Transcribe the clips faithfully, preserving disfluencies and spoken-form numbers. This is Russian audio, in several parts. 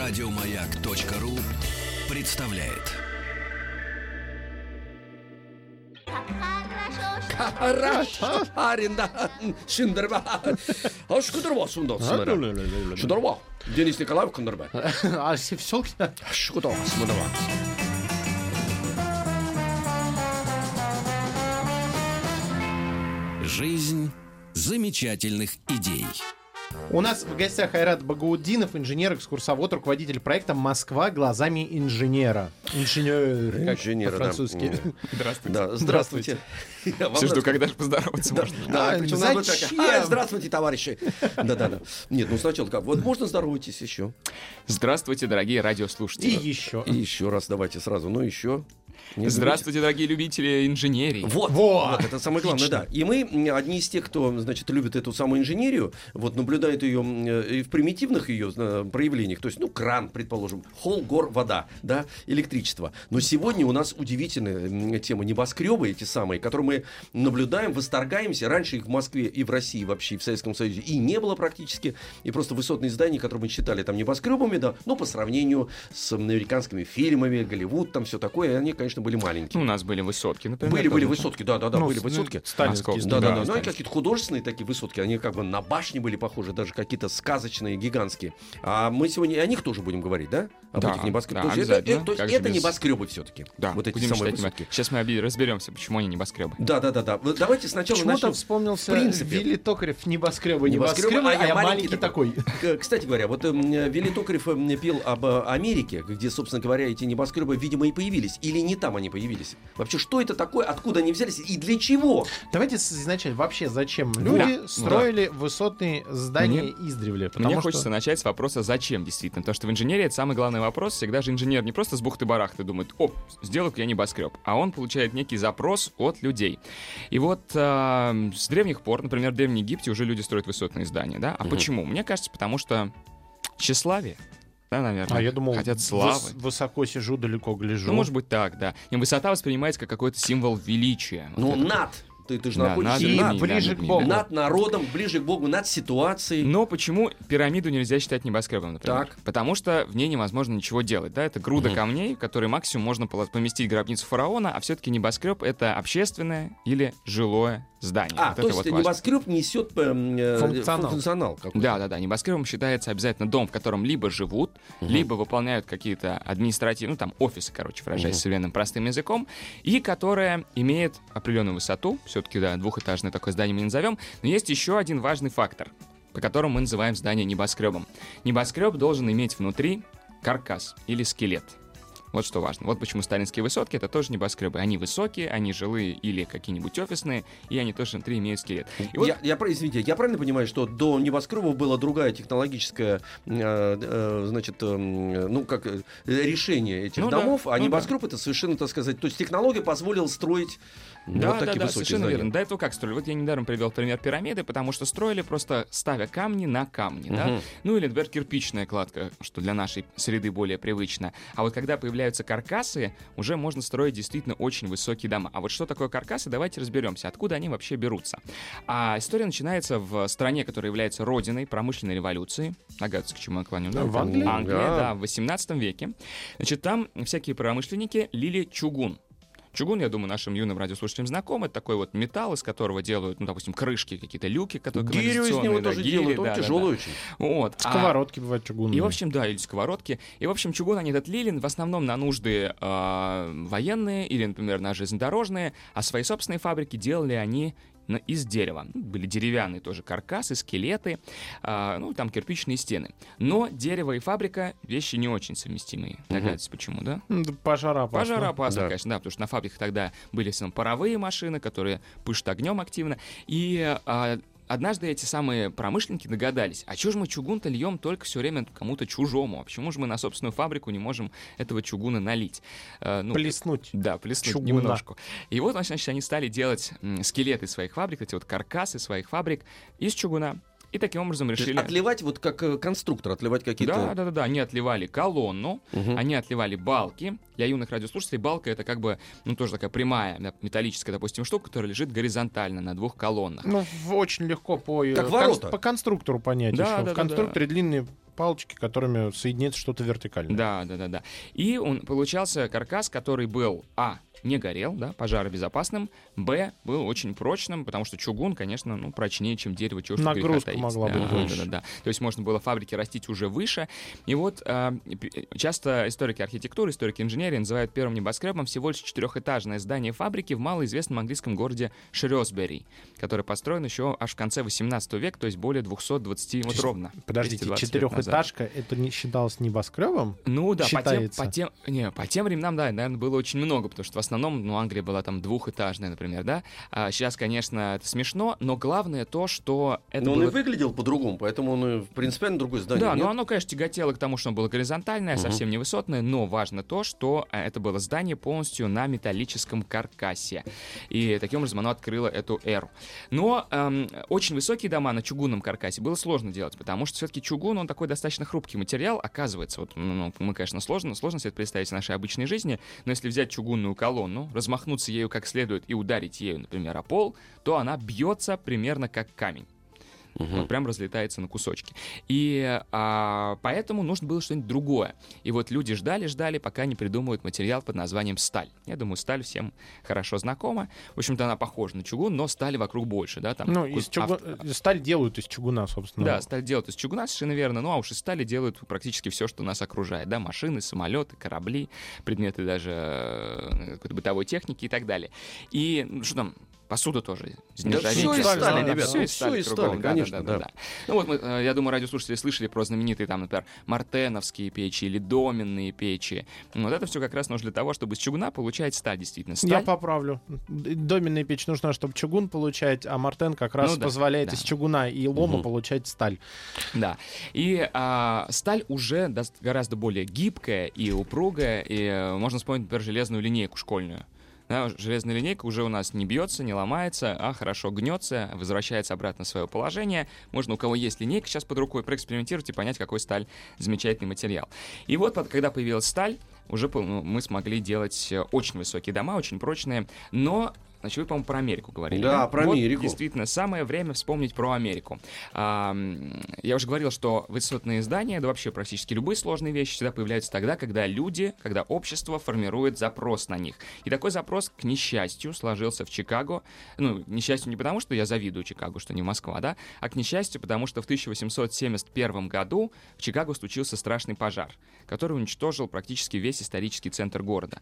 Радиомаяк.ру представляет. Хорошо, аренда, Шиндерба. А Шкудерба, Сунда, Шудерба. Денис Николаев, Кундерба. А все все. Шкудерба, Сундарба. Жизнь замечательных идей. У нас в гостях Айрат Багаутдинов, инженер, экскурсовод, руководитель проекта «Москва глазами инженера». Инженер, как Инженера, по-французски. да. Здравствуйте. Да, здравствуйте. Все жду, когда же поздороваться Да, можно. да, А, причем надо так, зачем? «А, здравствуйте, товарищи. Да-да-да. Нет, ну сначала как, вот можно здоровайтесь еще. Здравствуйте, дорогие И радиослушатели. еще. И еще раз давайте сразу, ну еще. Не Здравствуйте, дорогие любители инженерии. Вот, Во! вот, это самое главное, да. И мы м, одни из тех, кто, значит, любит эту самую инженерию, вот, наблюдает ее м, и в примитивных ее э, проявлениях, то есть, ну, кран, предположим, холл, гор, вода, да, электричество. Но сегодня у нас удивительная м, тема небоскребы, эти самые, которые мы наблюдаем, восторгаемся. Раньше их в Москве и в России вообще, и в Советском Союзе и не было практически, и просто высотные здания, которые мы считали там небоскребами, да, но по сравнению с американскими фильмами, Голливуд, там все такое, они, конечно, были маленькие. У нас были высотки, например. Были, были тоже. высотки, да, да, да, Ну, были с- высотки. сталинские, Московские, Да, да, да. да, Ну, и сталинские. какие-то художественные такие высотки, они как бы на башни были похожи, даже какие-то сказочные, гигантские. А мы сегодня и о них тоже будем говорить, да? Об Да, этих небоскребах. да, то есть это, обязательно. это- то есть Как же это без- небоскребы все-таки. Да, вот эти будем самые считать высотки. небо- Сейчас мы оби- разберемся, почему они небоскребы. Да, да, да, да. Вот давайте сначала Почему-то начнем. вспомнился в принципе. Вилли Токарев «Небоскребы, Небоскребы, небоскребы», а а я я маленький маленький такой. К- Кстати говоря, вот эм, Вилли Токарев эм, пел об э, Америке, где, собственно говоря, эти небоскребы, видимо, и появились. Или не там они появились. Вообще, что это такое, откуда они взялись и для чего? Давайте с- изначально вообще зачем люди Да. строили высотные здания издревле? Потому Мне что- хочется начать с вопроса «зачем?» действительно. Потому что в инженерии это самый главный вопрос. Всегда же инженер не просто с бухты-барахты думает: «О, сделаю-ка я небоскреб», а он получает некий запрос от людей. И вот э, с древних пор, например, в Древнем Египте уже люди строят высотные здания, да? А Мгм. почему? Мне кажется, потому что тщеславие, да, наверное. А я думал, хотят славы. выс- высоко сижу, далеко гляжу. Ну, может быть, так, да. И высота воспринимается как какой-то символ величия. Вот Ну, это. над. Ты, ты же Да, находишься над И людьми, ближе да, к людьми, Богу. да. над народом, ближе к Богу, над ситуацией. Но почему пирамиду нельзя считать небоскребом, например? Так. Потому что в ней невозможно ничего делать. Да? Это груда Мгм. камней, в которые максимум можно пола- поместить гробницу фараона, а все-таки небоскреб — это общественное или жилое здание. А, Вот то это есть вот важно. небоскреб несет эм, э, Функционал. функционал какой-то. Да, да, да. Небоскребом считается обязательно дом, в котором либо живут, Мгм. либо выполняют какие-то административные, ну там офисы, короче, выражаясь Мгм. современным простым языком, и которая имеет определенную высоту, все-таки, да, двухэтажное такое здание мы не назовем, но есть еще один важный фактор, по которому мы называем здание небоскребом. Небоскреб должен иметь внутри каркас или скелет. Вот что важно. Вот почему сталинские высотки — это тоже небоскребы. Они высокие, они жилые или какие-нибудь офисные, и они тоже внутри имеют скелет. И вот Я, я, про- извините, я правильно понимаю, что до небоскребов была другая технологическая, э, э, значит, э, ну как э, решение этих Ну да, домов, а ну небоскреб это совершенно, так сказать, то есть технология позволила строить ну, Да, вот да, такие да, высокие совершенно здания. верно. До этого как строили? Вот я недаром привел пример пирамиды, потому что строили просто ставя камни на камни, да? Мгм. Ну или, например, кирпичная кладка, что для нашей среды более привычно. А вот когда появляются каркасы, уже можно строить действительно очень высокие дома. А вот что такое каркасы, давайте разберемся, откуда они вообще берутся. А история начинается в стране, которая является родиной промышленной революции. Догадываются, к чему я клоню, да? В Англии? Англия, Да. да, в восемнадцатом веке. Значит, там всякие промышленники лили чугун. Чугун, я думаю, нашим юным радиослушателям знаком. Это такой вот металл, из которого делают, ну, допустим, крышки, какие-то люки, которые Гирю из него канализационные, да, тоже гири, делают, он да, да, тяжелый да. очень. Вот. А- Сковородки бывают чугунные. и, в общем, да, или сковородки. И, в общем, чугун они этот лили в основном на нужды э, военные или, например, на железнодорожные, а свои собственные фабрики делали они на- из дерева. Ну, были деревянные тоже каркасы, скелеты, а, ну, там кирпичные стены. Но дерево и фабрика — вещи не очень совместимые. Догадываетесь, почему, да? М, да, пожароопасно. Пожароопасно, Да. конечно, да, потому что на фабриках тогда были в основном паровые машины, которые пышут огнем активно. И а, однажды эти самые промышленники догадались: а чего же мы чугун-то льем только все время кому-то чужому? А почему же мы на собственную фабрику не можем этого чугуна налить? А, ну, Плеснуть. да, плеснуть чугуна. немножко. И вот, значит, они стали делать м, скелеты своих фабрик, эти вот каркасы своих фабрик из чугуна. И таким образом То есть решили... отливать вот как э, конструктор, отливать какие-то... Да, да, да, да. Они отливали колонну, Мгм. они отливали балки. Для юных радиослушателей балка — это как бы, ну, тоже такая прямая да, металлическая, допустим, штука, которая лежит горизонтально на двух колоннах. Ну, в- очень легко по, э, Как кон- ворота. по конструктору понять. Да, еще. да, в да, конструкторе длинные палочки, которыми соединяется что-то вертикальное. Да, да, да, да. И он получался каркас, который был, а, не горел, да, пожаробезопасным, б, был очень прочным, потому что чугун, конечно, ну, прочнее, чем дерево, чего что Нагрузка могла да, быть да, больше. да, да, да. То есть можно было фабрики растить уже выше. И вот э, часто историки архитектуры, историки инженерии называют первым небоскребом всего лишь четырехэтажное здание фабрики в малоизвестном английском городе Шрёсбери, который построен еще аж в конце восемнадцатого века, то есть более двести двадцать, вот ровно. Подождите, четырехэтажка, это не считалось небоскребом? Ну да, по тем, Считается. по, тем, не, по тем временам, да, наверное, было очень много, потому что в основном, ну, Англия была там двухэтажная, например, да. А сейчас, конечно, это смешно, но главное то, что это Но было... он и выглядел по-другому, поэтому он и принципиально другое здание. Да, нет? но оно, конечно, тяготело к тому, что оно было горизонтальное, Мгм. совсем не высотное, но важно то, что э, это было здание полностью на металлическом каркасе. И таким образом оно открыло эту эру. Но эм, очень высокие дома на чугунном каркасе было сложно делать, потому что все-таки чугун, он такой достаточно хрупкий материал, оказывается. Вот, ну, мы, конечно, сложно, сложно себе это представить в нашей обычной жизни, но если взять чугунную колонну, размахнуться ею как следует и ударить ею, например, о пол, то она бьется примерно как камень. Мгм. Вот прям разлетается на кусочки. И а, поэтому нужно было что-нибудь другое. И вот люди ждали-ждали, пока не придумают материал под названием сталь. Я думаю, сталь всем хорошо знакома. В общем-то, она похожа на чугун, но стали вокруг больше, да? Там Ну, кус- из чугу- авто- сталь делают из чугуна, собственно. Да, сталь делают из чугуна, совершенно верно. Ну, а уж из стали делают практически все, что нас окружает. Да, машины, самолеты, корабли, предметы даже э, какой-то бытовой техники и так далее. И, ну, что там, посуда тоже из Да нержавейки. всё из стали, да, ребят, Всё ну, из всё стали из кругом. стали, Да, конечно, да, да, да. да. Ну вот, мы, э, я думаю, радиослушатели слышали про знаменитые, там, например, мартеновские печи или доменные печи. Вот это все как раз нужно для того, чтобы из чугуна получать сталь, действительно. Сталь. Я поправлю. Доменная печь нужна, чтобы чугун получать, а мартен как раз Ну да, позволяет да. из чугуна и лома Мгм. получать сталь. Да. И а, сталь уже даст- гораздо более гибкая и упругая. И э, можно вспомнить, например, железную линейку школьную. Да, железная линейка уже у нас не бьется, не ломается, а хорошо гнется, возвращается обратно в свое положение. Можно, у кого есть линейка, сейчас под рукой проэкспериментировать и понять, какой сталь замечательный материал. И вот, под- когда появилась сталь, уже по- ну, мы смогли делать э, очень высокие дома, очень прочные, но... Значит, вы, по-моему, про Америку говорили. Да, про Вот, Америку. действительно, самое время вспомнить про Америку. А, м, я уже говорил, что высотные здания, да вообще практически любые сложные вещи всегда появляются тогда, когда люди, когда общество формирует запрос на них. И такой запрос, к несчастью, сложился в Чикаго. Ну, к несчастью не потому, что я завидую Чикаго, что не Москва, да, а к несчастью, потому что в тысяча восемьсот семьдесят первом году в Чикаго случился страшный пожар, который уничтожил практически весь исторический центр города.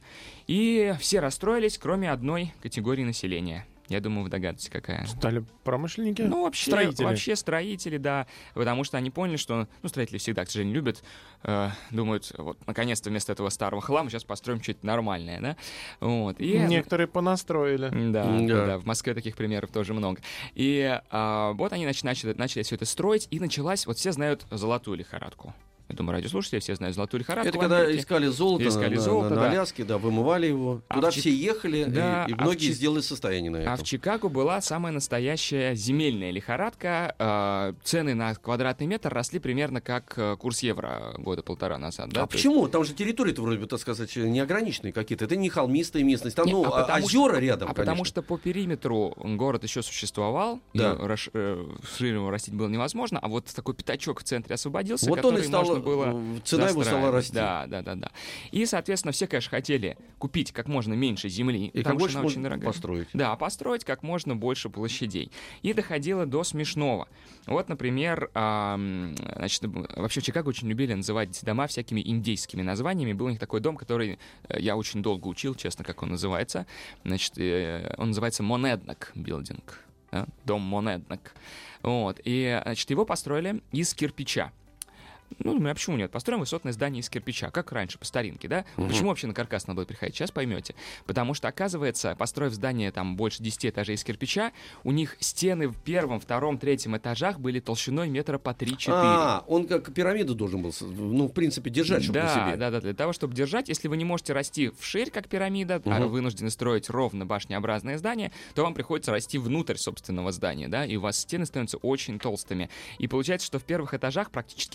И все расстроились, кроме одной категории населения. Я думаю, вы догадываетесь, какая. Стали промышленники? Ну, вообще Строители. вообще строители, да. Потому что они поняли, что... Ну, строители всегда, к сожалению, любят. Э, думают, вот, наконец-то вместо этого старого хлама сейчас построим что-то нормальное, да? Вот. И... Некоторые понастроили. Да, Да. да, да, в Москве таких примеров тоже много. И а, вот они нач- начали, начали все это строить, и началась, вот все знают золотую лихорадку. Я думаю, радиослушатели все знают золотую лихорадку. Это в когда Америке. искали золото, Искали на, золото, на- на да. Аляске, да, вымывали его. А Туда в Чик- все ехали, Да, и, и а в многие Чик- сделали состояние на этом. А в Чикаго была самая настоящая земельная лихорадка. Э, Цены на квадратный метр росли примерно как э, курс евро года полтора назад. Да? А То есть- почему? Там же территории-то вроде бы, так сказать, неограниченные какие-то. Это не холмистая местность. Там, Не, ну, а а- потому озера что- рядом, А конечно. потому что по периметру город еще существовал, Да. и расш- э, шире его растить было невозможно, а вот такой пятачок в центре освободился, Вот он который и стал, можно было э, цена его стала застраивать. расти. Да, да, да, да. И, соответственно, все, конечно, хотели купить как можно меньше земли, И как потому больше что она очень можно дорогая. построить. Да, построить как можно больше площадей. И доходило до смешного. Вот, например, ам, значит, вообще в Чикаго очень любили называть дома всякими индейскими названиями. Был у них такой дом, который э, я очень долго учил, честно, как он называется. Значит, э, он называется Монеднок билдинг. Да? Дом Монеднок. Вот. И, значит, его построили из кирпича. Ну, думаю, а почему нет? Построим высотное здание из кирпича, как раньше, по старинке, да? Мгм. Почему вообще на каркас надо было приходить? Сейчас поймете. Потому что, оказывается, построив здание там больше десяти этажей из кирпича, у них стены в первом, втором, третьем этажах были толщиной метра по три-четыре. А, он как пирамиду должен был, ну, в принципе, держать, чтобы по Да, себе. да, да, для того, чтобы держать, если вы не можете расти вширь, как пирамида, а Мгм. вынуждены строить ровно башнеобразное здание, то вам приходится расти внутрь собственного здания, да, и у вас стены становятся очень толстыми. И получается, что в первых этажах практически нечего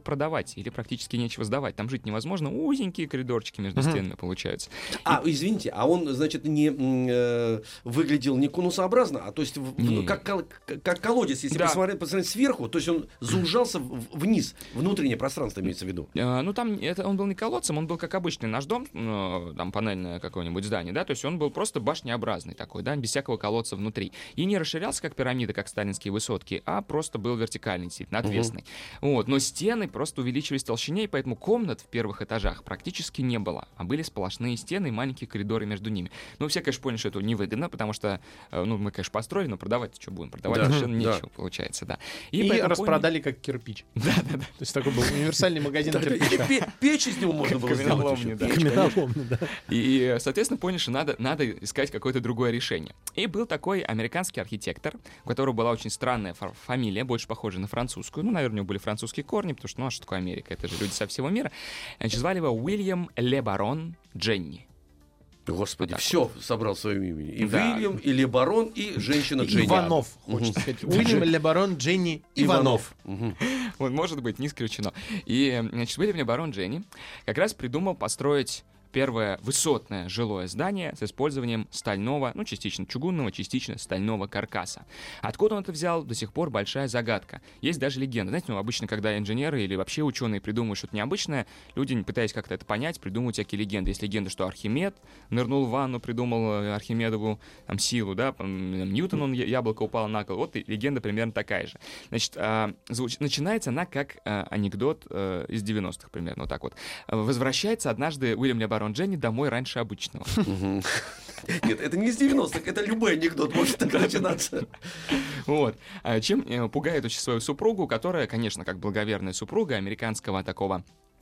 продавать или практически нечего сдавать. Там жить невозможно, узенькие коридорчики между uh-huh. стенами получаются. А, и... извините, а он, значит, не э, выглядел не конусообразно, а то есть в, как, как колодец, если да. посмотреть, посмотреть сверху, то есть он заужался вниз, внутреннее пространство имеется в виду. А, ну там это, он был не колодцем, он был как обычный наш дом, ну, там панельное какое-нибудь здание, да, то есть он был просто башнеобразный такой, да, без всякого колодца внутри. И не расширялся как пирамида, как сталинские высотки, а просто был вертикальный, действительно, отвесный. Uh-huh. Вот, но стены просто увеличились в толщине, и поэтому комнат в первых этажах практически не было, а были сплошные стены и маленькие коридоры между ними. Ну, все, конечно, поняли, что это невыгодно, потому что, ну, мы, конечно, построили, но продавать что будем? Продавать да. совершенно да. нечего, получается, да. И, и распродали как кирпич. Да-да-да. То есть такой был универсальный магазин кирпича. Печь из него можно было сделать. Каменоломни, да. И, соответственно, поняли, что надо, надо искать какое-то другое решение. И был такой американский архитектор, у которого была очень странная фамилия, больше похожая на французскую. Ну, наверное, у него были французские корни, потому что, ну, а что такое Америка? Это же люди со всего мира. Значит, звали его Уильям Ле Барон Дженни. Господи, вот все вот. Собрал своим именем. И да. Уильям, и Ле Барон, и женщина Дженни. Иванов, хочется сказать. Уильям, Ле Барон, Дженни, Иванов. Вот, может быть, не исключено. И, значит, Уильям Ле Барон Дженни как раз придумал построить первое высотное жилое здание с использованием стального, ну, частично чугунного, частично стального каркаса. Откуда он это взял, до сих пор большая загадка. Есть даже легенда. Знаете, ну, обычно, когда инженеры или вообще ученые придумывают что-то необычное, люди, пытаясь как-то это понять, придумывают всякие легенды. Есть легенда, что Архимед нырнул в ванну, придумал Архимедову там, силу, да, Ньютон, он, яблоко упало на голову. Вот и легенда примерно такая же. Значит, а, звуч... начинается она как а, анекдот а, из девяностых примерно, вот так вот. Возвращается однажды Уильям Ле Барон Дженни домой раньше обычного. Нет, это не из девяностых, это любой анекдот может так начинаться. Вот. Чем пугает очень свою супругу, которая, конечно, как благоверная супруга американского такого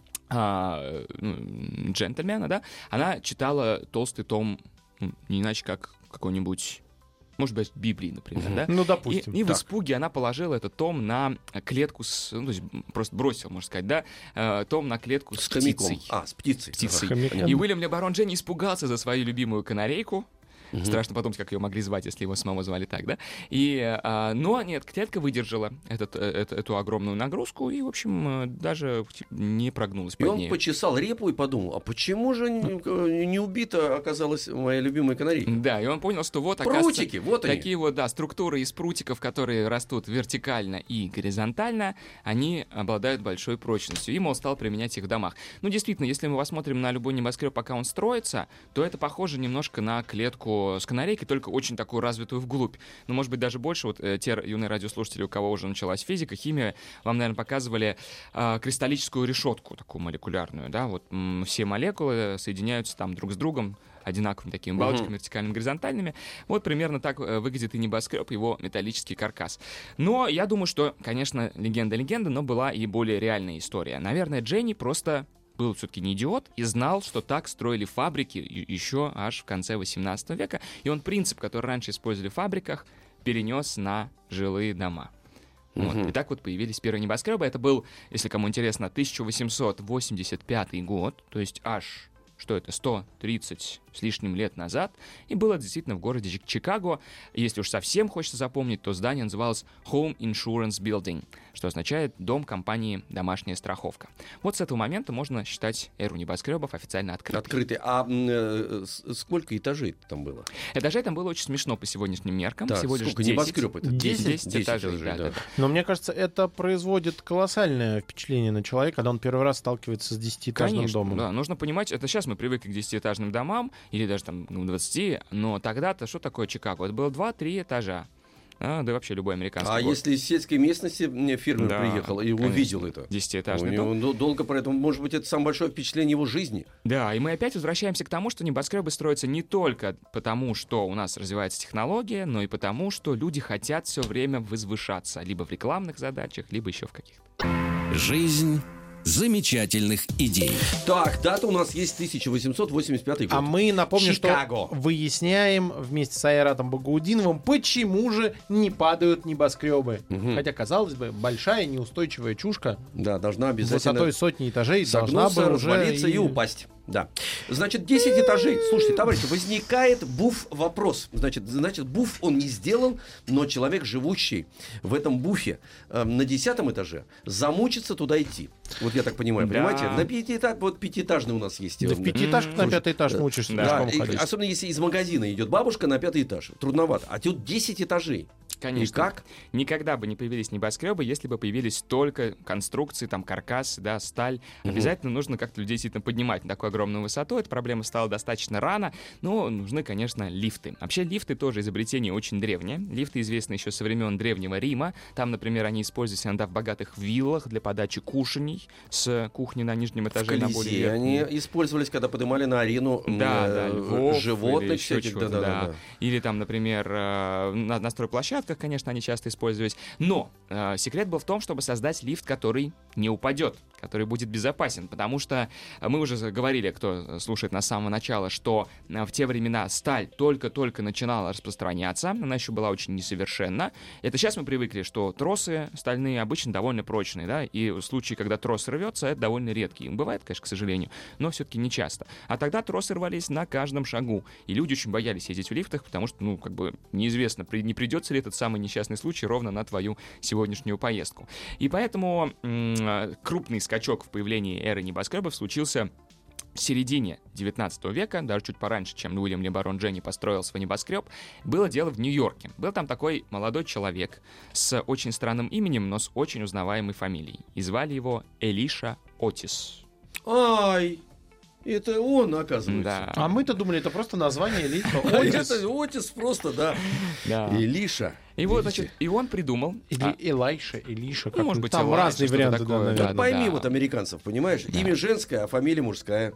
а, джентльмена, да, она читала толстый том, ну, не иначе как какой-нибудь... Может быть, Библии, например, uh-huh. да? Ну, допустим. И, и в испуге она положила этот том на клетку с... Ну, то есть просто бросила, можно сказать, да? Э, том на клетку с, с птицей. А, с птицей. птицей. И Уильям Ле Барон Дженни испугался за свою любимую канарейку. Uh-huh. Страшно подумать, как ее могли звать, если его самого звали так, да? И, а, но нет, клетка выдержала этот, эту, эту огромную нагрузку и, в общем, даже не прогнулась под ней. И он нею. почесал репу и подумал, а почему же не, не убита оказалась моя любимая канарейка? Да, и он понял, что вот, прутики, вот они. Такие вот, да, структуры из прутиков, которые растут вертикально и горизонтально, они обладают большой прочностью. И, мол, стал применять их в домах. Ну, действительно, если мы посмотрим на любой небоскреб, пока он строится, то это похоже немножко на клетку с канарейкой, только очень такую развитую вглубь. Ну, может быть, даже больше. Вот э, те юные радиослушатели, у кого уже началась физика, химия, вам, наверное, показывали э, кристаллическую решетку, такую молекулярную, да, вот м- все молекулы соединяются там друг с другом одинаковыми такими балочками, uh-huh. вертикальными, горизонтальными. Вот примерно так э, выглядит и небоскреб, его металлический каркас. Но я думаю, что, конечно, легенда-легенда, но была и более реальная история. Наверное, Дженни просто... был все-таки не идиот и знал, что так строили фабрики еще аж в конце восемнадцатого века. И он принцип, который раньше использовали в фабриках, перенес на жилые дома. Вот. Uh-huh. И так вот появились первые небоскребы. Это был, если кому интересно, тысяча восемьсот восемьдесят пятый год, то есть аж, что это, сто тридцать с лишним лет назад. И было действительно в городе Чикаго. Если уж совсем хочется запомнить, то здание называлось Home Insurance Building, что означает «дом компании «Домашняя страховка». Вот с этого момента можно считать эру небоскребов официально открытой. Открытой. А э, сколько этажей там было? Этажей там было очень смешно по сегодняшним меркам. Да, Всего сколько лишь небоскреб это? десять, десять, десять этажей. этажей да, да. Да, да. Но мне кажется, это производит колоссальное впечатление на человека, когда он первый раз сталкивается с десятиэтажным Конечно, домом. Да, нужно понимать, это сейчас мы привыкли к десятиэтажным домам, или даже там ну, двадцати, но тогда-то что такое Чикаго? Это было два-три этажа. А, да и вообще любой американский А город. если из сельской местности фермер да, приехал и конечно. увидел это? Десятиэтажный дом. дом. Долго про это, может быть, это самое большое впечатление его жизни. Да, и мы опять возвращаемся к тому, что небоскребы строятся не только потому, что у нас развивается технология, но и потому, что люди хотят все время возвышаться. Либо в рекламных задачах, либо еще в каких-то. Жизнь замечательных идей. Так, дата у нас есть тысяча восемьсот восемьдесят пятый год. А мы, напомню, Чикаго. что выясняем вместе с Айратом Багаудиновым, почему же не падают небоскребы. Угу. Хотя, казалось бы, большая неустойчивая чушка да, должна обязательно высотой сотни этажей должна бы уже развалиться и... и упасть. Да. Значит, десять этажей. Слушайте, товарищи, возникает буф-вопрос. Значит, значит, буф он не сделал, но человек, живущий в этом буфе э, на десятом этаже, замучится туда идти. Вот я так понимаю, Да. понимаете? На пятиэтаж, вот пятиэтажный у нас есть. Да в пятиэтажку на Слушай, пятый этаж научишься Да, пешком и ходить. особенно если из магазина идет бабушка на пятый этаж. Трудновато. А тут десять этажей. Конечно. И как? Никогда бы не появились небоскребы, если бы появились только конструкции, там, каркас, да, сталь. Мгм. Обязательно нужно как-то людей действительно поднимать на такую огромную высоту. Эта проблема стала достаточно рано, но нужны, конечно, лифты. Вообще, лифты тоже изобретение очень древнее. Лифты известны еще со времен Древнего Рима. Там, например, они используются иногда в богатых виллах для подачи кушаний с кухни на нижнем В этаже на более Колизее верхний. они использовались, когда поднимали на арену Да, да, э, львов или животных еще всяких. чего-то, Да, да, да. да, да. Или там, например, э, на, на стройплощадках, конечно, они часто использовались. Но э, секрет был в том, чтобы создать лифт, который не упадет, который будет безопасен. Потому что э, мы уже говорили, кто слушает нас с самого начала, что э, в те времена сталь только-только начинала распространяться. Она еще была очень несовершенна. Это сейчас мы привыкли, что тросы стальные обычно довольно прочные, да, и в случае, когда трос рвется, это довольно редкий. Бывает, конечно, к сожалению, но все-таки не часто. А тогда тросы рвались на каждом шагу. И люди очень боялись ездить в лифтах, потому что, ну, как бы неизвестно, при, не придется ли этот самый несчастный случай ровно на твою сегодняшнюю поездку. И поэтому м- крупный скачок в появлении эры небоскребов случился в середине девятнадцатого века, даже чуть пораньше, чем Уильям Лебарон Дженни построил свой небоскреб. Было дело в Нью-Йорке. Был там такой молодой человек с очень странным именем, но с очень узнаваемой фамилией. И звали его Элиша Отис. Ай, это он, оказывается. Да. А мы-то думали, это просто название лифта. А Отис. это Отис просто, да. Да. Илиша. И вот, Видите? значит, и он придумал... Или а, Элайша, Элиша. Ну, может быть, Там Элайша, разные что-то варианты, да, такое, наверное. да. Пойми вот американцев, понимаешь? Имя женское, а фамилия мужская.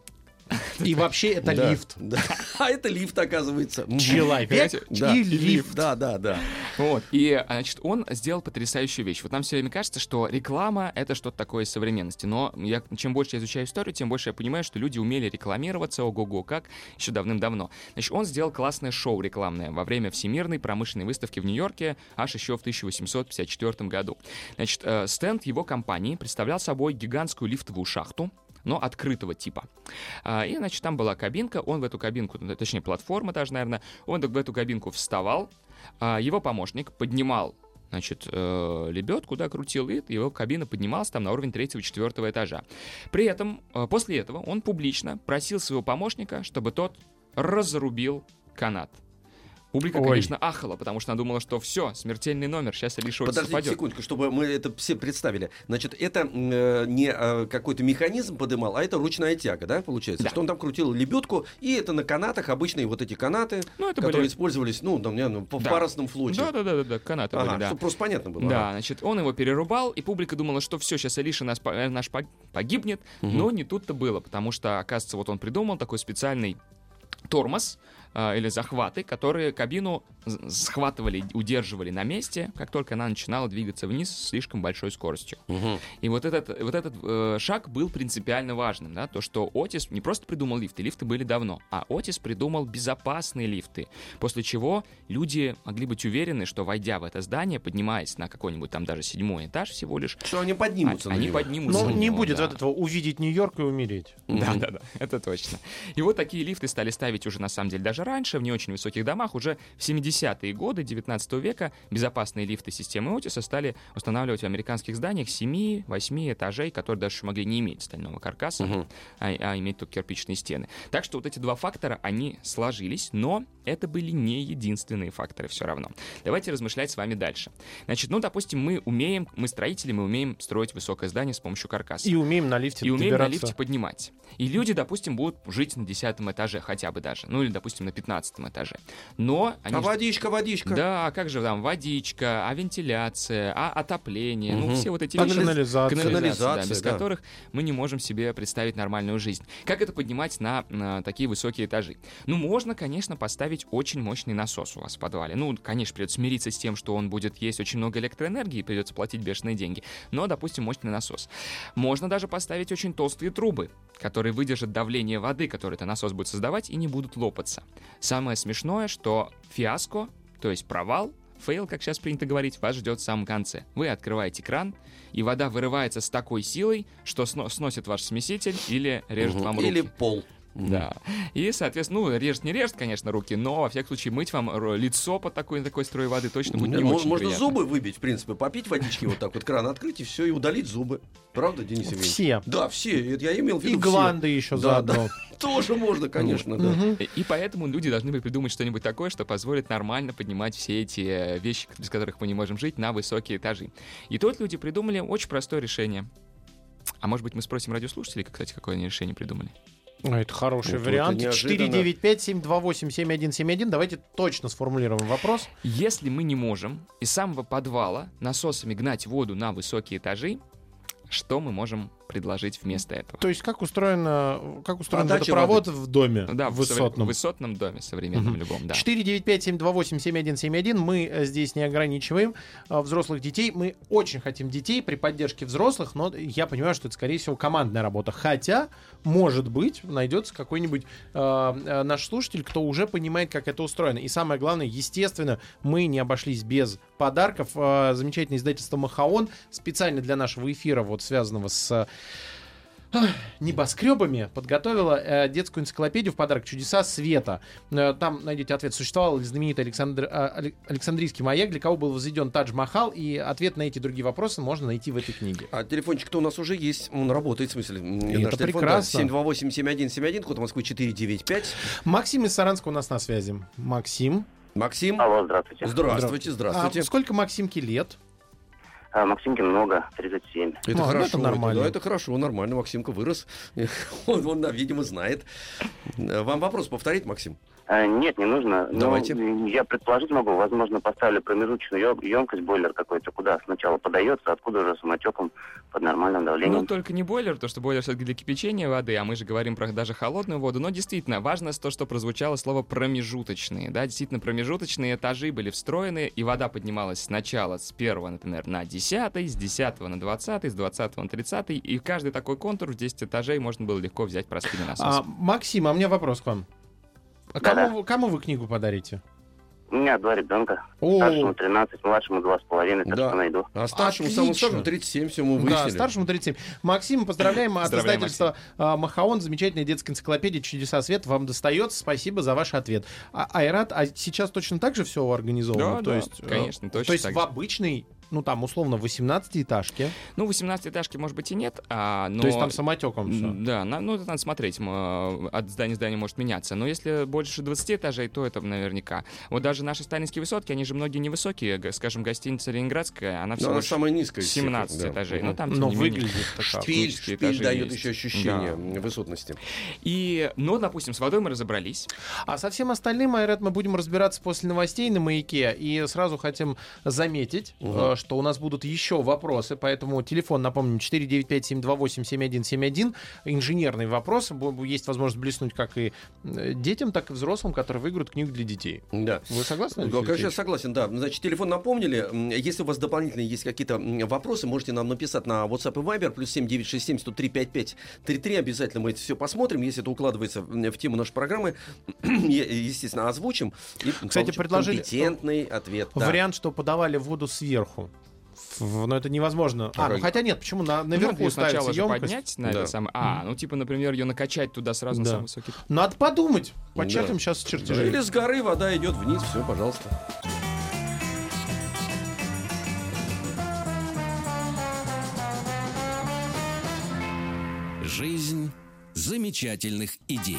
И вообще это Да, лифт. да. А это лифт, оказывается. Человек Да. и лифт. Да, да, да. Вот. И, а, значит, он сделал потрясающую вещь. Вот нам все время кажется, что реклама — это что-то такое из современности. Но я, чем больше я изучаю историю, тем больше я понимаю, что люди умели рекламироваться, ого-го, как, еще давным-давно. Значит, он сделал классное шоу рекламное во время Всемирной промышленной выставки в Нью-Йорке аж еще в тысяча восемьсот пятьдесят четвёртом году. Значит, э, стенд его компании представлял собой гигантскую лифтовую шахту, но открытого типа. А, и, значит, там была кабинка, он в эту кабинку, точнее, платформа даже, наверное, он в эту кабинку вставал, а его помощник поднимал, значит, э, лебедку, да, крутил, и его кабина поднималась там на уровень третьего-четвертого этажа. При этом, э, после этого, он публично просил своего помощника, чтобы тот разрубил канат. Публика, Ой. конечно, ахала, потому что она думала, что все, смертельный номер, сейчас Элиша Отис Подождите упадет. секундочку, чтобы мы это все представили. Значит, это э, не э, какой-то механизм подымал, а это ручная тяга, да, получается? Да. Что он там крутил лебедку, и это на канатах, обычные вот эти канаты, Ну, это которые были... использовались, ну, там, не знаю, в Да. парусном флоте. Да-да-да, канаты Ага, были, да. чтобы просто понятно было. Да, Ага. значит, он его перерубал, и публика думала, что все, сейчас Элиша нас, по- э, наш пог- погибнет, Мгм. но не тут-то было, потому что, оказывается, вот он придумал такой специальный тормоз, а, или захваты, которые кабину з- схватывали, удерживали на месте, как только она начинала двигаться вниз с слишком большой скоростью. Мгм. И вот этот, вот этот э, шаг был принципиально важным, да, то, что Отис не просто придумал лифты, лифты были давно, а Отис придумал безопасные лифты, после чего люди могли быть уверены, что, войдя в это здание, поднимаясь на какой-нибудь там даже седьмой этаж всего лишь, Что они поднимутся а- на они него. поднимутся Ну, на не него, будет да. от этого увидеть Нью-Йорк и умереть. Да, да, да, это точно. И вот такие лифты стали ставить уже, на самом деле, даже раньше, в не очень высоких домах. Уже в семидесятые годы девятнадцатого века безопасные лифты системы Отиса стали устанавливать в американских зданиях семи-восьми этажей, которые даже могли не иметь стального каркаса, Мгм. а, а иметь только кирпичные стены. Так что вот эти два фактора, они сложились, но это были не единственные факторы все равно. Давайте размышлять с вами дальше. Значит, ну, допустим, мы умеем, мы строители, мы умеем строить высокое здание с помощью каркаса. И умеем на лифте И умеем на добираться. лифте поднимать. И люди, допустим, будут жить на десятом этаже хотя бы даже. Ну или, допустим, на пятнадцатом этаже. Но они... А ж- водичка, водичка. Да, а как же там водичка, а вентиляция, а отопление, ну Мгм. все вот эти А вещи. канализация. Канализация, да, Канализация, без да. которых мы не можем себе представить нормальную жизнь. Как это поднимать на, на такие высокие этажи? Ну, можно, конечно, поставить очень мощный насос у вас в подвале. Ну, конечно, придется смириться с тем, что он будет есть очень много электроэнергии, придется платить бешеные деньги. Но, допустим, мощный насос. Можно даже поставить очень толстые трубы, которые выдержат давление воды, которое этот насос будет создавать, и не будут лопаться. Самое смешное, что фиаско, то есть провал, фейл, как сейчас принято говорить, вас ждет в самом конце. Вы открываете кран, и вода вырывается с такой силой, что сно- сносит ваш смеситель или режет Мгм. вам руки. Или пол. Да. И, соответственно, ну, режет не режет, конечно, руки, но, во всяком случае, мыть вам р- лицо под такой, такой струей воды точно будет не М- очень Можно приятно. зубы выбить, в принципе, попить водички, вот так вот кран открыть и все, и удалить зубы. Правда, Денис Евгеньевич? Все. Да, все. Это я имел в виду И все. гланды еще Да, заодно. да. Тоже можно, конечно, да. Мгм. И поэтому люди должны были придумать что-нибудь такое, что позволит нормально поднимать все эти э, вещи, без которых мы не можем жить, на высокие этажи. И тут люди придумали очень простое решение. А может быть, мы спросим радиослушателей, кстати, какое они решение придумали? А, это хороший Вот вариант. это неожиданно. четыре девять пять семь два восемь семь один семь один. Давайте точно сформулируем вопрос. Если мы не можем из самого подвала насосами гнать воду на высокие этажи, что мы можем предложить вместо этого? То есть как устроено, как устроен Подача водопровод в доме Да, в совре- высотном? в высотном доме, современном Мгм. любом, да. четыре девять пять семь два восемь семь один семь один. Мы э, здесь не ограничиваем э, взрослых детей. Мы очень хотим детей при поддержке взрослых, но я понимаю, что это, скорее всего, командная работа. Хотя, может быть, найдется какой-нибудь э, э, наш слушатель, кто уже понимает, как это устроено. И самое главное, естественно, мы не обошлись без подарков. Э, замечательное издательство «Махаон» специально для нашего эфира, вот связанного с небоскребами, подготовила э, детскую энциклопедию в подарок «Чудеса света». Э, там найдете ответ, существовал ли знаменитый Александр, э, Александрийский маяк, для кого был возведен Тадж-Махал, и ответ на эти другие вопросы можно найти в этой книге. А телефончик-то у нас уже есть, он работает, в смысле. И наш это телефон, прекрасно. да, семь два восемь семь один семь один, код Москвы четыре девять пять. Максим из Саранска у нас на связи. Максим. Максим, Алло, здравствуйте. здравствуйте, здравствуйте. А сколько Максимке лет? А, Максимке много, тридцать семь. Это Ну, ну, хорошо, это нормально. да, это хорошо, нормально. Максимка вырос. Он, он, да, видимо, знает. Вам вопрос повторить, Максим? А, нет, не нужно. Но Давайте. я предположить могу, возможно, поставили промежуточную ё- емкость, бойлер какой-то, куда сначала подается, откуда уже самотеком под нормальным давлением. Ну, только не бойлер, то что бойлер все-таки для кипячения воды, а мы же говорим про даже холодную воду. Но действительно, важно то, что прозвучало слово «промежуточные». Да, действительно, промежуточные этажи были встроены, и вода поднималась сначала с первого, например, на десятый, с десятого на двадцатый, с двадцатого на тридцатый, и каждый такой контур в десять этажей можно было легко взять простыми А, насосами. Максим, а у меня вопрос к вам. А Да-да. кому, вы- кому вы книгу подарите? У меня два ребенка. О. Старшему тринадцать, младшему два с половиной, так Да. что найду. А старшему, Отлично. самому старшему тридцать семь, все мы выяснили. Да, старшему тридцать семь. Максим, поздравляем от Поздравляем, издательства а, «Махаон». Замечательная детская энциклопедия «Чудеса света» вам достается. Спасибо за ваш ответ. А, Айрат, а сейчас точно так же все организовано? Да, то да, есть, э, конечно, точно То есть так в же. обычной, ну там, условно, восемнадцатиэтажке, Ну, восемнадцатиэтажки, может быть, и нет, а, но... то есть там самотеком все. М, Да, на- ну это надо смотреть, м, э, от здания к зданию может меняться. Но если больше двадцати этажей, то это наверняка. Вот даже наши сталинские высотки, они же многие невысокие, г- скажем, гостиница Ленинградская, она Но всего она лишь самая низкая. из всех, семнадцать да. этажей. Мгм. Ну, там, Но тем не менее, выглядит так. Шпиль, технические шпиль этажи дает есть. еще ощущение Да. высотности. И, ну, допустим, с водой мы разобрались. А со всем остальным, Айрат, мы будем разбираться после новостей на «Маяке». И сразу хотим заметить, Угу. э, что у нас будут еще вопросы. Поэтому телефон, напомним, четыре девять пять семь два восемь семь один семь один. Инженерный вопрос. Бу- Есть возможность блеснуть как и э, детям, так и взрослым, которые выиграют книгу для детей. Да. Вы согласны? Ну, Алексей конечно, я Алексеевич? согласен, да. Значит, телефон напомнили. М, Если у вас дополнительные есть какие-то м, вопросы, можете нам написать на WhatsApp и Viber, плюс семь девять шесть семь сто три пять пять три три. Обязательно мы это все посмотрим. Если это укладывается в в тему нашей программы, е- естественно, озвучим. И получим предложили компетентный ответ. Да. Вариант, что подавали воду сверху. В- Но это невозможно. А, ну как? хотя нет, почему? На, Ну, наверху ее ставится сначала же емкость. поднять на Да. это самое... А, ну, типа, например, ее накачать туда сразу Да. на самый высокий... Надо подумать. Почертим Да. сейчас Да, чертежи. Или с горы вода идет вниз, все, пожалуйста. Жизнь замечательных идей.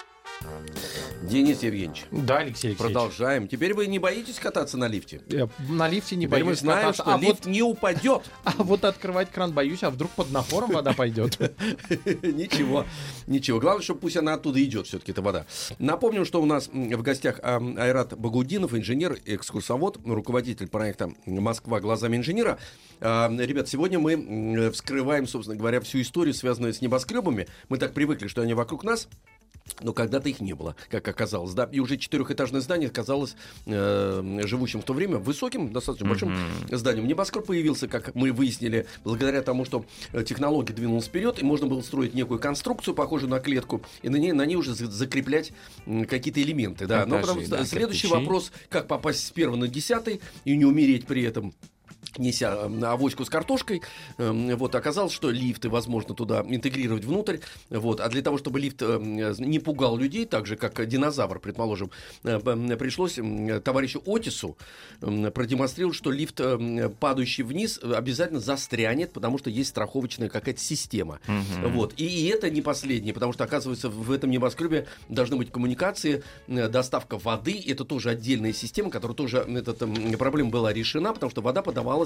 Денис Евгеньевич, Да, Алексей Алексеевич. продолжаем. Теперь вы не боитесь кататься на лифте? Я на лифте не Теперь мы боюсь знаем, кататься. что а, лифт вот, не упадет. а вот открывать кран боюсь, а вдруг под напором вода пойдет. Ничего, ничего. Главное, чтобы пусть она оттуда идет, все-таки эта вода. Напомним, что у нас м, в гостях а, Айрат Багудинов, инженер, экскурсовод, руководитель проекта «Москва глазами инженера». А, Ребят, сегодня мы м, вскрываем, собственно говоря, всю историю, связанную с небоскребами. Мы так привыкли, что они вокруг нас. Но когда-то их не было, как оказалось, да, и уже четырехэтажное здание казалось э, живущим в то время высоким, достаточно большим Мгм. зданием. Небоскреб появился, как мы выяснили, благодаря тому, что э, технология двинулась вперед, и можно было строить некую конструкцию, похожую на клетку, и на ней, на ней уже за- закреплять м, какие-то элементы, да. Но Этажи, потому что да, следующий кирпичи. вопрос, как попасть с первого на десятый и не умереть при этом. неся авоську с картошкой, вот, оказалось, что лифты возможно туда интегрировать внутрь, вот, а для того, чтобы лифт не пугал людей, так же, как динозавр, предположим, пришлось товарищу Отису продемонстрировать, что лифт, падающий вниз, обязательно застрянет, потому что есть страховочная какая-то система. Uh-huh. Вот, и, и это не последнее, потому что, оказывается, в этом небоскребе должны быть коммуникации, доставка воды, это тоже отдельная система, которая тоже, эта проблема была решена, потому что вода подавалась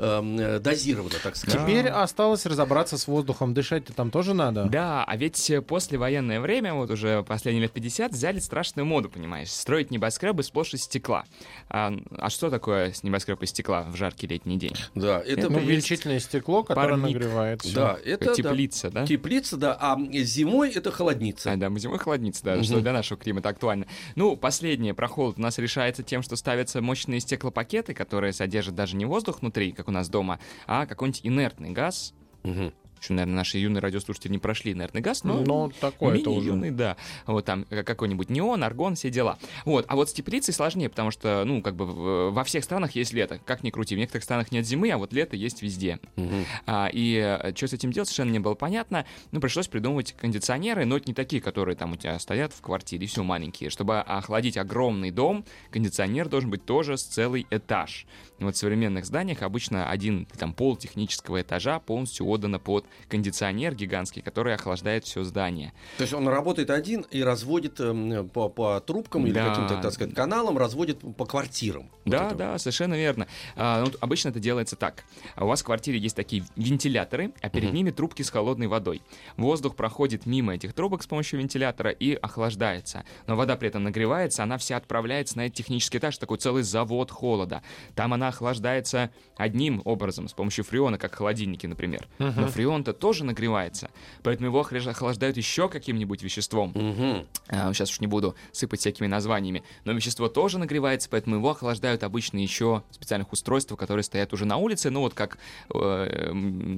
э, дозированно, так сказать. Теперь осталось разобраться с воздухом. Дышать-то там тоже надо. Да, а ведь послевоенное время, вот уже последние лет пятьдесят, взяли страшную моду, понимаешь, строить небоскребы сплошь из стекла. А, а что такое небоскреб из стекла в жаркий летний день? Да, это, это есть... увеличительное стекло, которое парник. Нагревает всё. Да, это теплица, да? да? Теплица, да, а зимой это холодница. А, да, зимой холодница, да, угу. Что для нашего климата актуально. Ну, последнее про холод у нас решается тем, что ставятся мощные стеклопакеты, которые содержат даже не воздух внутри, как у нас дома, а какой-нибудь инертный газ. Угу. Еще, наверное, наши юные радиослушатели не прошли инертный газ, но, но такое это уже. Юный, да. Вот там какой-нибудь неон, аргон, все дела. Вот. А вот с теплицей сложнее, потому что, ну, как бы во всех странах есть лето. Как ни крути, в некоторых странах нет зимы, а вот лето есть везде. Угу. А, и что с этим делать, совершенно не было понятно. Ну, пришлось придумывать кондиционеры, но это не такие, которые там у тебя стоят в квартире, все маленькие. Чтобы охладить огромный дом, кондиционер должен быть тоже с целый этаж. Вот в современных зданиях обычно один там пол технического этажа полностью отдано под кондиционер гигантский, который охлаждает все здание. То есть он работает один и разводит э, по, по трубкам, да, или каким-то, так сказать, каналам, разводит по квартирам. Да, вот да, совершенно верно. А, ну, обычно это делается так. У вас в квартире есть такие вентиляторы, а перед uh-huh. ними трубки с холодной водой. Воздух проходит мимо этих трубок с помощью вентилятора и охлаждается. Но вода при этом нагревается, она вся отправляется на этот технический этаж, такой целый завод холода. Там она охлаждается одним образом, с помощью фреона, как холодильники, например. Uh-huh. Но фреон-то тоже нагревается, поэтому его охлаждают еще каким-нибудь веществом. Uh-huh. А, сейчас уж не буду сыпать всякими названиями, но вещество тоже нагревается, поэтому его охлаждают обычно еще в специальных устройствах, которые стоят уже на улице. Ну вот как э,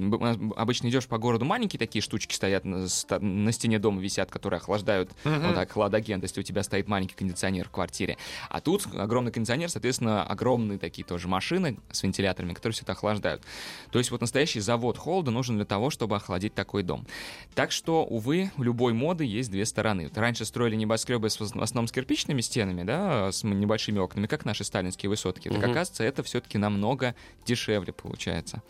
обычно идешь по городу, маленькие такие штучки стоят на, на стене дома, висят, которые охлаждают uh-huh. вот так, хладагент, если у тебя стоит маленький кондиционер в квартире. А тут огромный кондиционер, соответственно, огромные такие тоже машины с вентиляторами, которые все это охлаждают. То есть вот настоящий завод холода нужен для того, чтобы охладить такой дом. Так что, увы, у любой моды есть две стороны. Вот раньше строили небоскребы с, в основном с кирпичными стенами, да, с небольшими окнами, как наши сталинские высотки. Так, угу. оказывается, это все-таки намного дешевле получается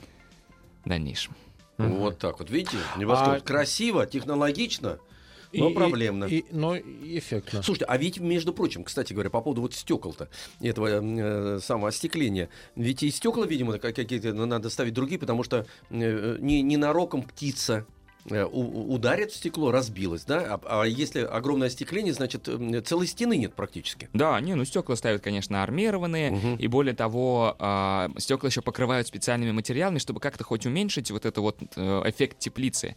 в дальнейшем. Вот так вот, видите, небоскреб а... красиво, технологично, но и, проблемно. И, и, но эффектно. Слушайте, а ведь, между прочим, кстати говоря, по поводу вот стекол-то, этого э, самого остекления, ведь и стекла, видимо, какие-то надо ставить другие, потому что э, не, ненароком птица ударит в стекло, разбилось, да? А, а если огромное остекление, значит, целой стены нет практически. Да, не, ну стекла ставят, конечно, армированные, угу. и более того, э, стекла еще покрывают специальными материалами, чтобы как-то хоть уменьшить вот это вот э, эффект теплицы.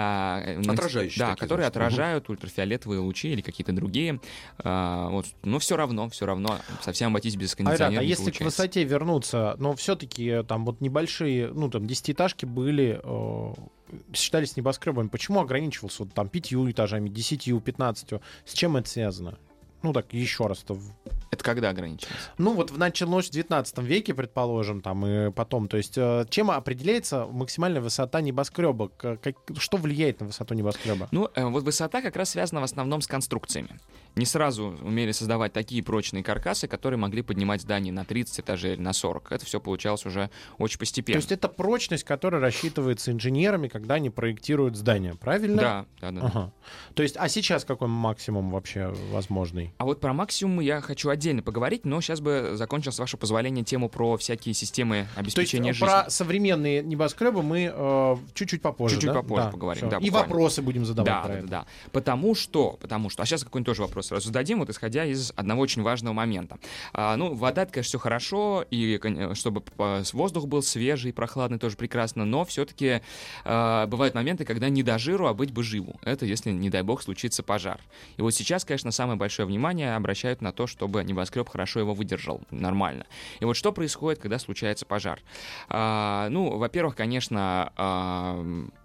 Э, Отражающие. Да, такие, которые значит. отражают угу. ультрафиолетовые лучи или какие-то другие. Э, вот, но все равно, все равно, совсем обойтись без кондиционера Айрат, а не если получается. к высоте вернуться, но все-таки там вот небольшие, ну там десятиэтажки были... Э... считались небоскребами. Почему ограничивался вот, там пятью этажами, десятью, пятнадцатью? С чем это связано? Ну так, еще раз-то. Это когда ограничилось? Ну вот в началось в девятнадцатом веке, предположим, там и потом. То есть чем определяется максимальная высота небоскреба? Как, что влияет на высоту небоскреба? Ну вот высота как раз связана в основном с конструкциями. Не сразу умели создавать такие прочные каркасы, которые могли поднимать здание на тридцать этажей или на сорок. Это все получалось уже очень постепенно. То есть это прочность, которая рассчитывается инженерами, когда они проектируют здание, правильно? Да, да, да. Ага. То есть, а сейчас какой максимум вообще возможный? А вот про максимум я хочу отдельно поговорить, но сейчас бы закончил, с вашего позволения, тему про всякие системы обеспечения жизни. жизни. Про современные небоскребы мы э, чуть-чуть попозже, Чуть-чуть да? попозже да, поговорим. Да, и вопросы будем задавать да, про да, это. Да, потому что, потому что, а сейчас какой-нибудь тоже вопрос сразу зададим, вот исходя из одного очень важного момента. А, ну, вода, это, конечно, все хорошо, и чтобы воздух был свежий, прохладный, тоже прекрасно, но все-таки а, бывают моменты, когда не до жиру, а быть бы живу. Это если, не дай бог, случится пожар. И вот сейчас, конечно, самое большое внимание обращают на то, чтобы небоскреб хорошо его выдержал, нормально. И вот что происходит, когда случается пожар? А, ну, во-первых, конечно, а,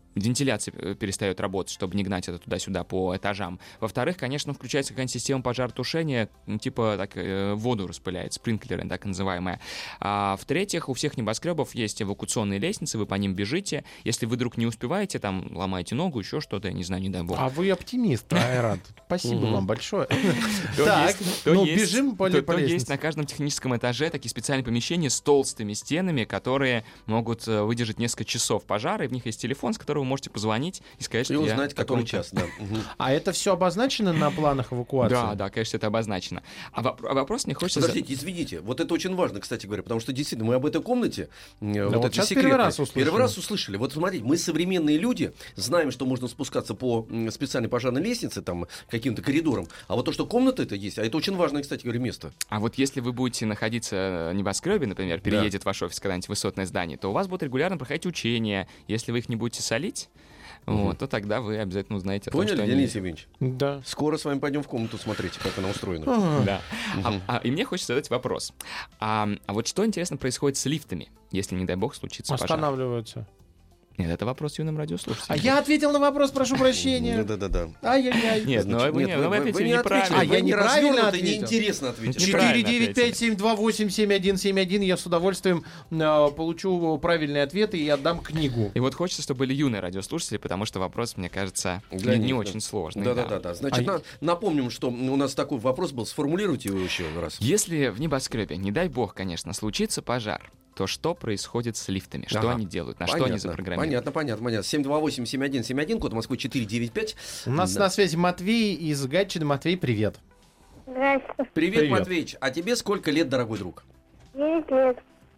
вентиляция перестает работать, чтобы не гнать это туда-сюда по этажам. Во-вторых, конечно, включается какая-нибудь система пожаротушения, ну, типа так, э, воду распыляет, спринклеры, так называемые. А в-третьих, у всех небоскребов есть эвакуационные лестницы, вы по ним бежите. Если вы вдруг не успеваете, там, ломаете ногу, еще что-то, я не знаю, не дай бог. А вы оптимист, Айрат. Спасибо вам большое. То Так, есть- то ну есть- бежим по то- по то есть лестнице. на каждом техническом этаже такие специальные помещения с толстыми стенами, которые могут э, выдержать несколько часов пожара, и в них есть телефон, с которого вы можете позвонить и сказать, И что я узнать, в который таком-то- час, да. Мгм. А это все обозначено на планах эвакуации? Да, да, конечно, это обозначено. А, воп- а вопрос мне хочется... за- Подождите, извините, вот это очень важно, кстати говоря, потому что действительно мы об этой комнате, э, вот вот этой сейчас секретной, первый раз услышали. первый раз услышали. Вот смотрите, мы современные люди, знаем, что можно спускаться по м, специальной пожарной лестнице, там, каким-то коридорам, а вот то, что комната это есть, а это очень важное, кстати говоря, место. А вот если вы будете находиться в небоскребе, например, переедет ваш офис когда-нибудь в высотное здание, то у вас будут регулярно проходить учения. Если вы их не будете солить, вот, то тогда вы обязательно узнаете о том, Поняли, что они... Денис Евгеньевич? Да. Скоро с вами пойдем в комнату смотреть, как она устроена. А, Да. А- а- и мне хочется задать вопрос. А, а вот что, интересно, происходит с лифтами, если, не дай бог, случится пожар? Останавливаются. Нет, это вопрос юным радиослушателям. А я ответил на вопрос, прошу прощения. Да-да-да. Ай-яй-яй. Нет, ну вы, не, ну, вы ответили не неправильно. ответили, А, вы я не неправильно развернуто, ответил. неинтересно ответили. Четыре. Неправильно четыре девять пять семь два восемь семь один семь один. Я с удовольствием э, получу правильные ответы и отдам книгу. И вот хочется, чтобы были юные радиослушатели, потому что вопрос, мне кажется, Для не, них, не да. очень сложный. Да-да-да. Значит, А на- напомним, что у нас такой вопрос был. Сформулируйте его еще раз. Если в небоскребе, не дай бог, конечно, случится пожар, то что происходит с лифтами? Что Ага. они делают? На что Понятно, они запрограммированы? Понятно, понятно, понятно. семь два восемь семь один семь один, код Москвы четыре девять пять. У нас Да. на связи Матвей из Гатчины. Матвей, привет. Здравствуйте. Привет, Привет. Матвеич. А тебе сколько лет, дорогой друг? Девять лет.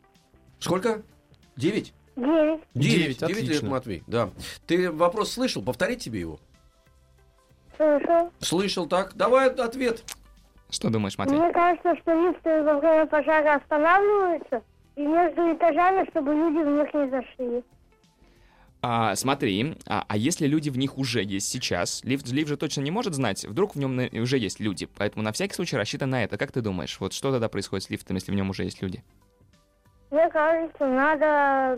Сколько? Девять? Девять. Девять, Девять лет, отлично. Матвей. Да. Ты вопрос слышал? Повторить тебе его? Слышал. Слышал, так? Давай ответ. Что думаешь, Матвей? Мне кажется, что лифты во время пожара останавливаются и между этажами, чтобы люди в них не зашли. А, смотри, а, а если люди в них уже есть сейчас, лифт, лифт же точно не может знать, вдруг в нем на- уже есть люди, поэтому на всякий случай рассчитан на это. Как ты думаешь, вот что тогда происходит с лифтом, если в нем уже есть люди? Мне кажется, надо,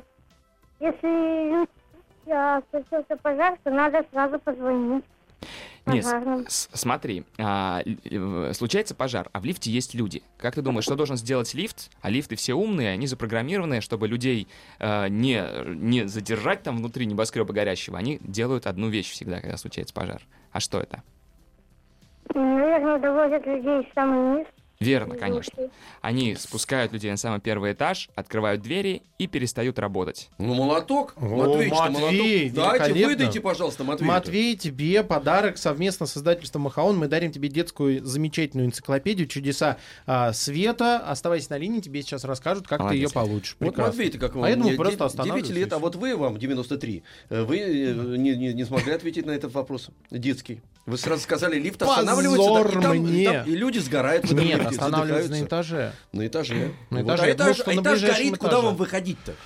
если люди а, случился пожар, то надо сразу позвонить Нет, с- пожарным. с- смотри, а, л- э, случается пожар, а в лифте есть люди. Как ты думаешь, что должен сделать лифт? А лифты все умные, они запрограммированы, чтобы людей э, не, не задержать там внутри небоскреба горящего. Они делают одну вещь всегда, когда случается пожар. А что это? Наверное, довозят людей в самый низ. Верно, конечно. Они спускают людей на самый первый этаж, открывают двери и перестают работать. Ну, молоток. О, Матвеич-то Матвей, молоток. Дайте, великолепно. выдайте, пожалуйста, Матвей. Матвей, тебе подарок совместно с издательством Махаон. Мы дарим тебе детскую замечательную энциклопедию «Чудеса а, света». Оставайся на линии, тебе сейчас расскажут, как Молодец. ты ее получишь. Вот Прекрасно. Матвей-то как вам? А я думал, Мне просто де- останавливаться девять лет, и а всё. вот вы, вам девяносто три. Э, Вы э, не, не- не смогли ответить на этот вопрос. Детский. Вы сразу сказали, лифт Позор останавливается, да, и, там, мне. и, там- и люди сгорают в этом Нет, лифте, останавливаются на задыхаются. этаже. На этаже. На Вот, этаже. а Я думал, этаж, что а на этаж ближайшем горит, куда этаже. вам выходить-то?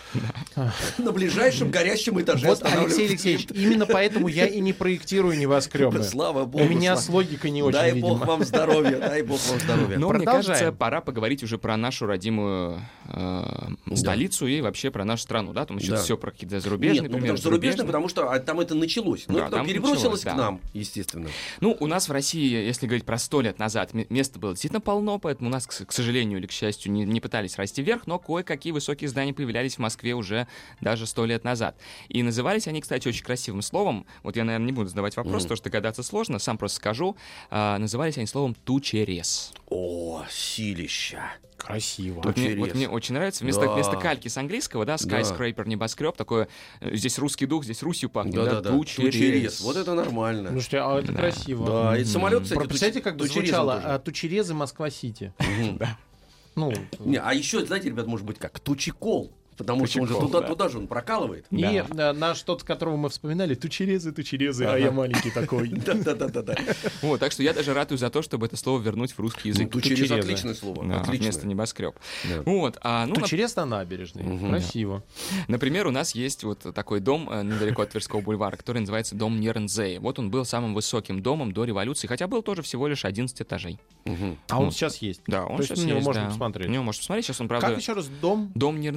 На ближайшем горящем этаже Вот, Алексей останавливаются. Алексеевич, именно поэтому я и не проектирую небоскребы. Слава богу. У меня слава- с логикой не очень, Дай видимо. бог вам здоровья, дай бог вам здоровья. Но мне Продолжаем. кажется, пора поговорить уже про нашу родимую э, столицу и вообще про нашу страну, да? Там еще Да. все про какие-то зарубежные Нет, ну примеры, потому что зарубежный, зарубежные. потому что а, там это началось. Ну, Да, и потом там перебросилось началось, к да. нам, естественно. Ну, у нас в России, если говорить про сто лет назад, м- места было действительно полно, поэтому у нас, к, с- к сожалению или к счастью, не, не пытались расти вверх, но кое-какие высокие здания появлялись в Москве уже даже сто лет назад. И назывались они, кстати, очень красивым словом. Вот я, наверное, не буду задавать вопрос, потому что догадаться сложно, сам просто скажу. А, назывались они словом «тучерез». О, силища. Красиво. Вот мне, Тучерез. вот мне очень нравится. Вместо, Да. вместо кальки с английского, да, skyscraper, небоскреб, такое, э, здесь русский дух, здесь Русью пахнет, да, Да-да-да. тучерез. Тучерез. Вот это нормально. Слушайте, а это красиво. Да, и самолет, кстати, Про- Представляете, как бы тучерезом звучало тоже. а, «Тучерезы Москва-Сити». Ну, Не, а еще, знаете, ребят, может быть как? Тучекол. Потому что он же Тучекол, туда, да. туда же он прокалывает. и да, наш тот, которого мы вспоминали, «Тучерезы, тучерезы, а я маленький такой». Да-да-да-да. Вот, так что я даже ратую за то, чтобы это слово вернуть в русский язык. Тучерез Тучерезы. отличное слово. Да, Отличное. вместо небоскреб. Да. Вот, а, ну, нап- «Тучерез» на набережной. Красиво. например, у нас есть вот такой дом э, недалеко от Тверского бульвара, который называется дом Нернзея. Вот он был самым высоким домом до революции, хотя был тоже всего лишь одиннадцать этажей. А он сейчас есть. Да, он То есть сейчас на него есть, можно да. посмотреть. На него можно посмотреть. Сейчас он, правда, Как еще раз дом? дом Нернзея. Сейчас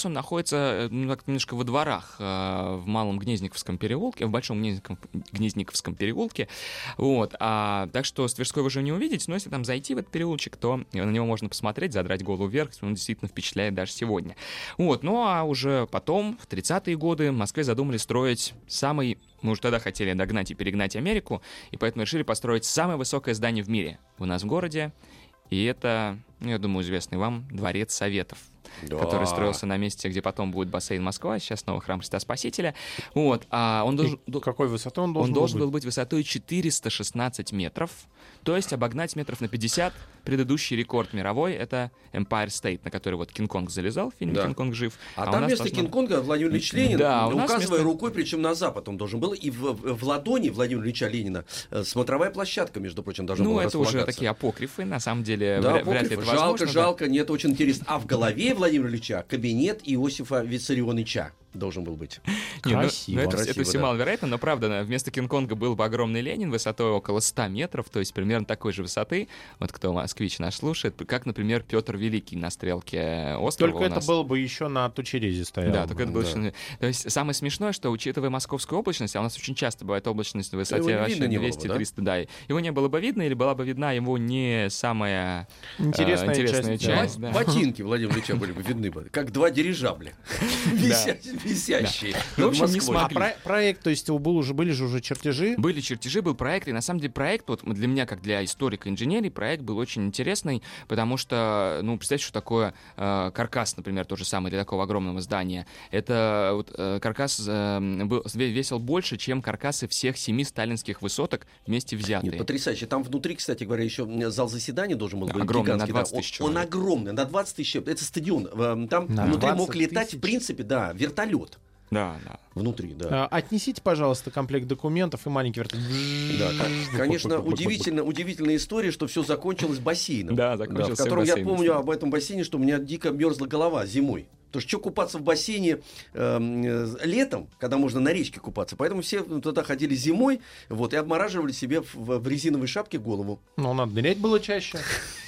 сейчас он находится ну, так, немножко во дворах, э, в Малом Гнезниковском переулке, в Большом Гнезников, Гнезниковском переулке. Вот. А, так что с Тверской вы уже не увидите, но если там зайти в этот переулочек, то на него можно посмотреть, задрать голову вверх, он действительно впечатляет даже сегодня. Вот. Ну а уже потом, в тридцатые годы, в Москве задумали строить самый... Мы уже тогда хотели догнать и перегнать Америку, и поэтому решили построить самое высокое здание в мире у нас в городе. И это, ну, я думаю, известный вам Дворец Советов, да. который строился на месте, где потом будет бассейн Москва, сейчас новый храм Христа Спасителя. Вот. А он должен, какой высоты он должен он был должен быть? был быть высотой четыреста шестнадцать метров, то есть обогнать метров на пятьдесят. Предыдущий рекорд мировой — это Empire State, на который вот Кинг-Конг залезал в фильме Да. «Кинг-Конг жив». А, а там вместо должно... Кинг-Конга Владимир Ильич Ленин, да, указывая вместо... рукой, причем на запад он должен был, и в, в ладони Владимира Ильича Ленина смотровая площадка, между прочим, должна ну, была это располагаться. уже такие апокрифы, на самом деле, Да, вряд, апокрифы. вряд ли это Жалко, возможно. жалко, да. нет, очень интересно. А в голове Владимира Ильича кабинет Иосифа Виссарионовича должен был быть. Не, ну, Красиво. ну, это, Красиво, это все да. маловероятно, но правда, вместо Кинг-Конга был бы огромный Ленин высотой около ста метров, то есть примерно такой же высоты, вот кто москвич наш слушает, как, например, Петр Великий на стрелке острова. Только у это нас. было бы еще на Тучерезе стояло. Да, бы. только это было Да. очень... То есть самое смешное, что, учитывая московскую облачность, а у нас очень часто бывает облачность на высоте Его не вообще видно не было бы, двести-триста, да? Его не было бы видно, или была бы видна его не самая э, Интересная, интересная часть. часть. да. да. Ботинки Владимира Ильича были бы видны бы, как два дирижабля, вися- висящие Ну, в над общем, не Москвой. А смогли. про- проект, то есть был уже, были же уже чертежи. Были чертежи, был проект, и на самом деле проект, вот для меня, как для историка инженерии, проект был очень интересный, потому что, ну, представьте, что такое э, каркас, например, тот же самый для такого огромного здания. Это вот, э, каркас э, был, весил больше, чем каркасы всех семи сталинских высоток вместе взятые. Нет, потрясающе. Там внутри, кстати говоря, еще зал заседаний должен был быть Огромный, гигантский. на двадцать да. тысяч он, он человек. огромный, на двадцать тысяч. Это стадион. Э, Там На внутри мог двадцать летать, тысяч. в принципе, да, вертолет. Да, да. Внутри, да. А, Отнесите, пожалуйста, комплект документов и маленький вертолет. Да, кон- конечно, удивительно, удивительная история, что все закончилось бассейном. Да, закончилось в всё котором я бассейном. помню об этом бассейне, что у меня дико мерзла голова зимой. Потому что что купаться в бассейне эм, э, летом, когда можно на речке купаться. Поэтому все туда ходили зимой, вот, и обмораживали себе в, в резиновой шапке голову. Ну, надо нырять было чаще.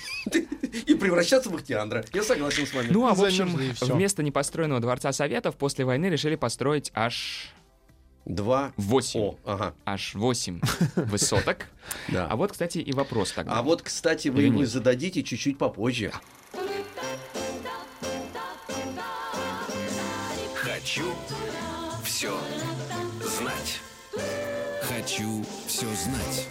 И превращаться в Ихтиандра. Я согласен с вами. Ну, а в общем, Замерзли, и всё. вместо непостроенного Дворца Советов после войны решили построить аж Два. восемь. О, ага. Аж восемь высоток. Да. А вот, кстати, и вопрос тогда. А вот, кстати, вы Или его нет? зададите чуть-чуть попозже. Хочу все знать. Хочу все знать.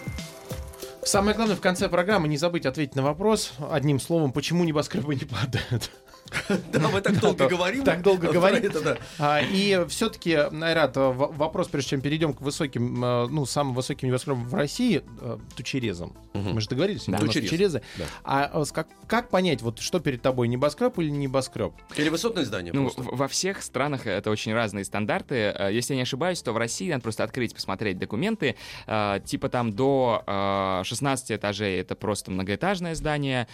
Самое главное в конце программы не забыть ответить на вопрос одним словом, почему небоскребы не падают. Да, мы так долго говорим. Так долго про говорим. это, да. А, И все-таки, Айрат, в- вопрос, прежде чем перейдем к высоким, э, ну, самым высоким небоскребам в России, э, Тучерезам. Мы же договорились, Да. у нас Тучерез. Тучерезы. Да. А э, с как, как понять, вот что перед тобой, небоскреб или небоскреб? Или высотное здание Ну, просто. в- во всех странах это очень разные стандарты. Э, Если я не ошибаюсь, то в России надо просто открыть, посмотреть документы. Э, Типа там до э, шестнадцати этажей это просто многоэтажное здание.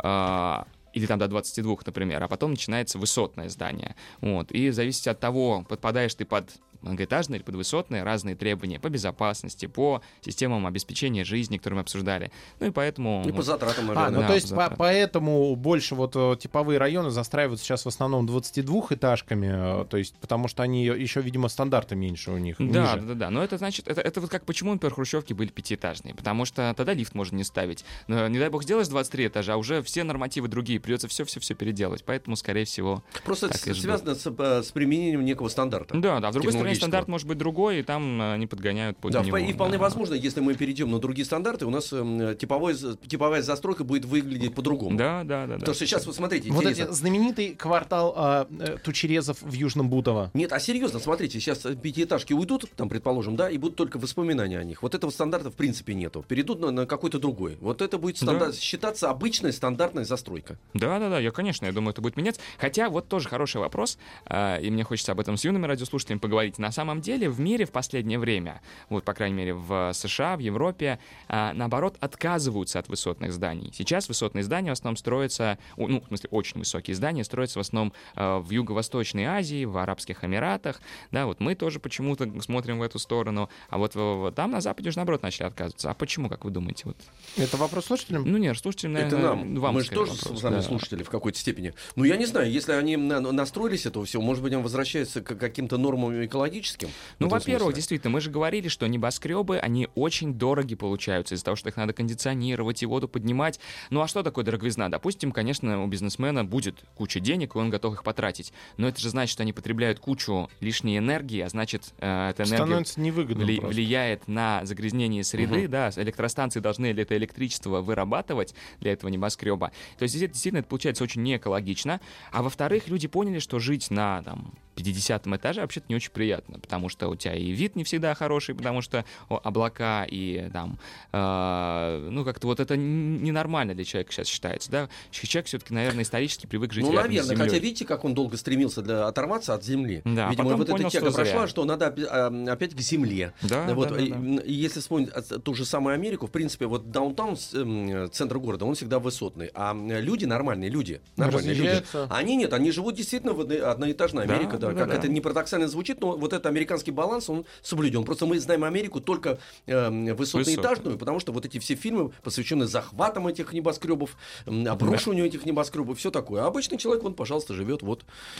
э, Или там до двадцати двух, например, а потом начинается высотное здание. Вот. И в зависимости от того, подпадаешь ты под многоэтажные или под высотные, разные требования по безопасности, по системам обеспечения жизни, которые мы обсуждали. Ну и поэтому... И по вот, затратам, А, наверное. ну да, то есть по- затраты. поэтому больше вот э, типовые районы застраиваются сейчас в основном двадцатидвухэтажками, э, то есть потому что они еще, видимо, стандарты меньше у них. Да, ниже. да, да, да. Но это значит, это, это вот как почему, например, хрущевки были пятиэтажные. Потому что тогда лифт можно не ставить. Но, не дай бог, сделаешь двадцать три этажа, а уже все нормативы другие, придется все-все-все переделать. Поэтому, скорее всего. Просто так с- и ждут. связано с, э, с применением некого стандарта. Да, да. В другой стороне технологического. стандарт может быть другой, и там э, они подгоняют под Да, него. впо- и вполне да. возможно, если мы перейдем на другие стандарты, у нас э, типовой, з- типовая застройка будет выглядеть по-другому. Да, да, да. да. Потому что сейчас, вот смотрите, Вот интересно. эти знаменитый квартал а, э, Тучерезов в Южном Бутово. Нет, а серьезно, смотрите, сейчас пятиэтажки уйдут, там, предположим, да, и будут только воспоминания о них. Вот этого стандарта в принципе нету. Перейдут на, на какой-то другой. Вот это будет стандарт, считаться обычная стандартная застройка. Да, да, да, я, конечно, я думаю, это будет меняться. Хотя вот тоже хороший вопрос, э, и мне хочется об этом с юными радиослушателями поговорить. На самом деле в мире в последнее время, вот, по крайней мере, в США, в Европе, э, наоборот, отказываются от высотных зданий. Сейчас высотные здания в основном строятся, о, ну, в смысле, очень высокие здания строятся в основном э, в Юго-Восточной Азии, в Арабских Эмиратах. Да, вот мы тоже почему-то смотрим в эту сторону, а вот в- в- там на Западе уже, наоборот, начали отказываться. А почему, как вы думаете? Вот? Это вопрос слушателям? Ну, нет, слушайте, наверное, это нам. вам мы же скорее тоже вопрос. с вами сами да. слушатели в какой-то степени. Ну, я не знаю, если они на- настроились этого всего, может быть, они возвращаются к каким-то нормам экологическим? Ну, в этом во-первых, смысле? действительно, мы же говорили, что небоскребы, они очень дороги получаются из-за того, что их надо кондиционировать и воду поднимать. Ну, а что такое дороговизна? Допустим, конечно, у бизнесмена будет куча денег, и он готов их потратить. Но это же значит, что они потребляют кучу лишней энергии, а значит, э, эта энергия Становится невыгодно. вли- просто. влияет на загрязнение среды, Мгм. да, электростанции должны это электричество вырабатывать для этого небоскреба. То есть здесь действительно это получается очень неэкологично. А во-вторых, люди поняли, что жить на там, пятидесятом этаже вообще-то не очень приятно, потому что у тебя и вид не всегда хороший, потому что о, облака и там, э, ну как-то вот это н- ненормально для человека сейчас считается, да. Человек все-таки, наверное, исторически привык жить Ну, рядом с наверное, землей. хотя видите, как он долго стремился для, оторваться от земли. Да, а Видимо, потом вот понял, эта тяга что зря. прошла, что надо опи- а, опять к земле. Да, вот, да, да, и, да. и если вспомнить а, ту же самую Америку, в принципе, вот даунтаун, с- эм, центр города, он всегда высотный. А м, люди, нормальные люди, нормальные люди, Разъезжаются. они нет, они живут действительно в одно- одноэтажная Да, Америка. Да, да, как да. это не парадоксально звучит, но вот этот американский баланс, он соблюден. Просто мы знаем Америку только эм, высотноэтажную, потому что вот эти все фильмы посвящены захватам этих небоскребов, м, обрушиванию этих небоскребов, все такое. А обычный человек, он, пожалуйста, живет вот.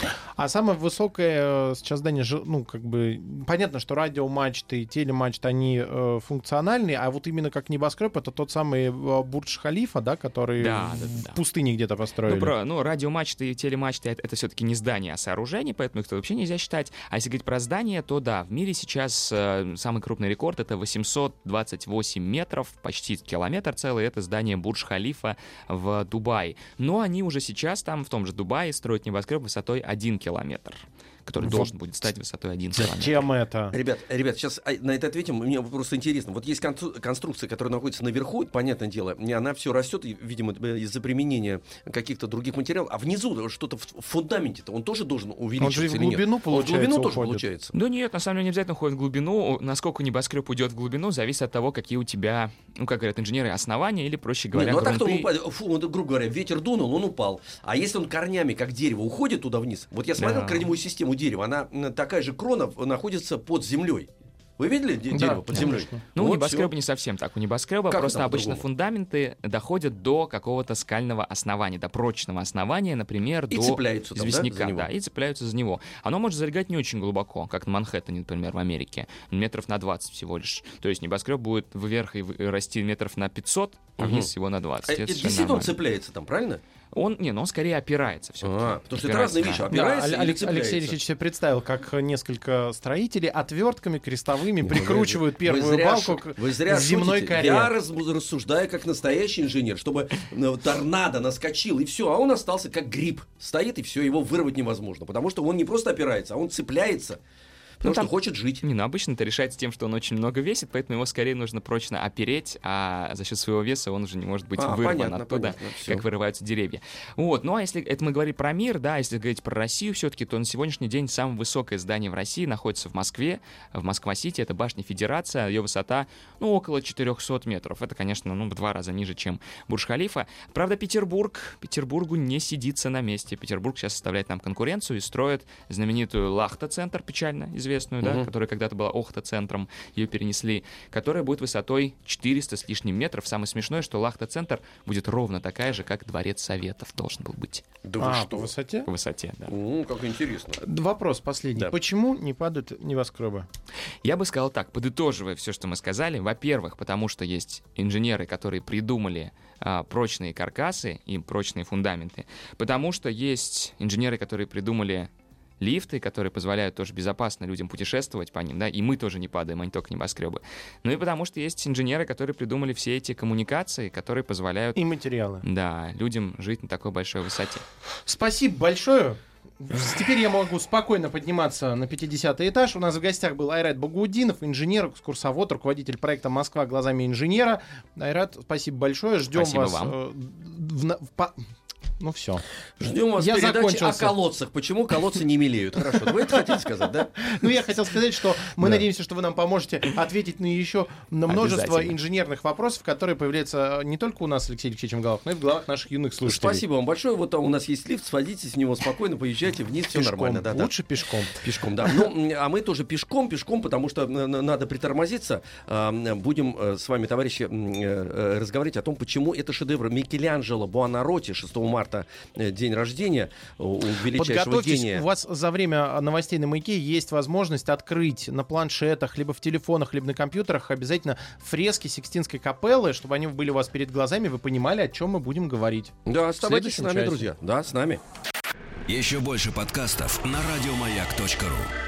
А самое высокое э, сейчас здание, жи- ну, как бы, понятно, что радиомачты и телемачты, они э, функциональные, а вот именно как небоскреб, это тот самый э, Бурдж-Халифа, да, который Да, в, да, в да. пустыне где-то построили. Ну, про, ну, радиомачты и телемачты это, это все-таки не здания, а сооружения, поэтому их вообще нельзя считать. А если говорить про здания, то да, в мире сейчас э, самый крупный рекорд это восемьсот двадцать восемь метров, почти километр целый, это здание Бурдж-Халифа в Дубае. Но они уже сейчас там, в том же Дубае, строят небоскреб высотой один километр, который Вот. должен будет стать высотой один километр. Зачем это? Ребят, ребят, сейчас а, на это ответим. Мне просто интересно. Вот есть констру- конструкция, которая находится наверху, понятное дело, и она все растет, и, видимо, из-за применения каких-то других материалов. А внизу что-то в в фундаменте-то он тоже должен увеличиваться Он же и в или нет? глубину, Он в получается, глубину тоже уходит. получается. Ну нет, на самом деле не обязательно уходит в глубину. Насколько небоскреб уйдет в глубину, зависит от того, какие у тебя, ну, как говорят инженеры, основания или, проще Не, говоря, ну а так-то он грунты. упадет. Фу, вот, грубо говоря, ветер дунул, он упал. А если он корнями, как дерево, уходит туда вниз? Вот я смотрел Да. корневую систему дерева, она м, такая же крона в- находится под землей. Вы видели де- Да, дерево под землей? конечно. Ну, у Вот небоскреба всё. не совсем так. У небоскреба Как просто это обычно по-другому? фундаменты доходят до какого-то скального основания, до прочного основания, например, И до цепляются там, да, известняка, за него? да, и цепляются за него. Оно может залегать не очень глубоко, как на Манхэттене, например, в Америке, метров на двадцать всего лишь. То есть небоскреб будет вверх и в- расти метров на пятьсот, а Мгм. вниз всего на двадцать. А, Это это совершенно действительно он нормально. цепляется там, правильно? Он, не, ну он скорее опирается все. А, потому что это разные вещи. Да, Опирается или Алекс- цепляется? Алексей Ильич себе представил, как несколько строителей отвертками крестовыми Не, прикручивают вы- первую вы зря балку шу- к вы зря к земной шутите. коре. Я раз- рассуждаю как настоящий инженер, чтобы э, торнадо наскочил и все, а он остался как гриб. Стоит и все, его вырвать невозможно. Потому что он не просто опирается, а он цепляется. Потому Ну, что там- хочет жить. Не, ну обычно это решается тем, что он очень много весит, поэтому его скорее нужно прочно опереть, а за счет своего веса он уже не может быть А, вырван понятно, оттуда, понятно, всё. как вырываются деревья. Вот, ну а если это мы говорим про мир, да, если говорить про Россию все-таки, то на сегодняшний день самое высокое здание в России находится в Москве, в Москва-Сити, это башня Федерация, ее высота, ну, около четырехсот метров. Это, конечно, ну, в два раза ниже, чем Бурдж-Халифа. Правда, Петербург, Петербургу не сидится на месте. Петербург сейчас составляет нам конкуренцию и строит знаменитую Лахта-центр, печально известную, да, Мгм. которая когда-то была Охта-центром, ее перенесли, которая будет высотой четыреста с лишним метров. Самое смешное, что Лахта-центр будет ровно такая же, как Дворец Советов должен был быть Да вы А, что? по высоте? по высоте. Да. О, как интересно. Вопрос последний. Да. Почему не падают небоскребы? Я бы сказал так, подытоживая все, что мы сказали. Во-первых, потому что есть инженеры, которые придумали а, прочные каркасы и прочные фундаменты. Потому что есть инженеры, которые придумали лифты, которые позволяют тоже безопасно людям путешествовать по ним, да, и мы тоже не падаем, а не только небоскребы. Ну и потому что есть инженеры, которые придумали все эти коммуникации, которые позволяют, И материалы. да, людям жить на такой большой высоте. Спасибо большое. Теперь я могу спокойно подниматься на пятидесятый этаж. У нас в гостях был Айрат Багаудинов, инженер, экскурсовод, руководитель проекта «Москва глазами инженера». Айрат, спасибо большое. Ждем Спасибо вас. вам. э, в на- в по- Ну все. Ждем вас Я передачи о закончился. колодцах. Почему колодцы не мелеют? Хорошо, вы это хотите сказать, да? Ну, я хотел сказать, что мы Да. надеемся, что вы нам поможете ответить на еще на множество Обязательно. инженерных вопросов, которые появляются не только у нас с Алексеем Алексеевичем в головах, но и в головах наших юных слушателей. Спасибо вам большое. Вот там у нас есть лифт, садитесь в него спокойно, поезжайте вниз, все Пешком. нормально. Да, да. Лучше пешком. Пешком, да. Ну, м, а мы тоже пешком, пешком, потому что н- н- надо притормозиться. А, м, Будем э, с вами, товарищи, м, э, э, разговаривать о том, почему это шедевр Микеланджело Буонаротти шестого марта марта э, день рождения у величайшего Подготовьтесь, гения. у вас за время новостей на Маяке есть возможность открыть на планшетах, либо в телефонах, либо на компьютерах обязательно фрески Сикстинской капеллы, чтобы они были у вас перед глазами, вы понимали, о чем мы будем говорить. Да, оставайтесь с следующем нами, часе. друзья. Да, с нами. Еще больше подкастов на радиомаяк точка ру.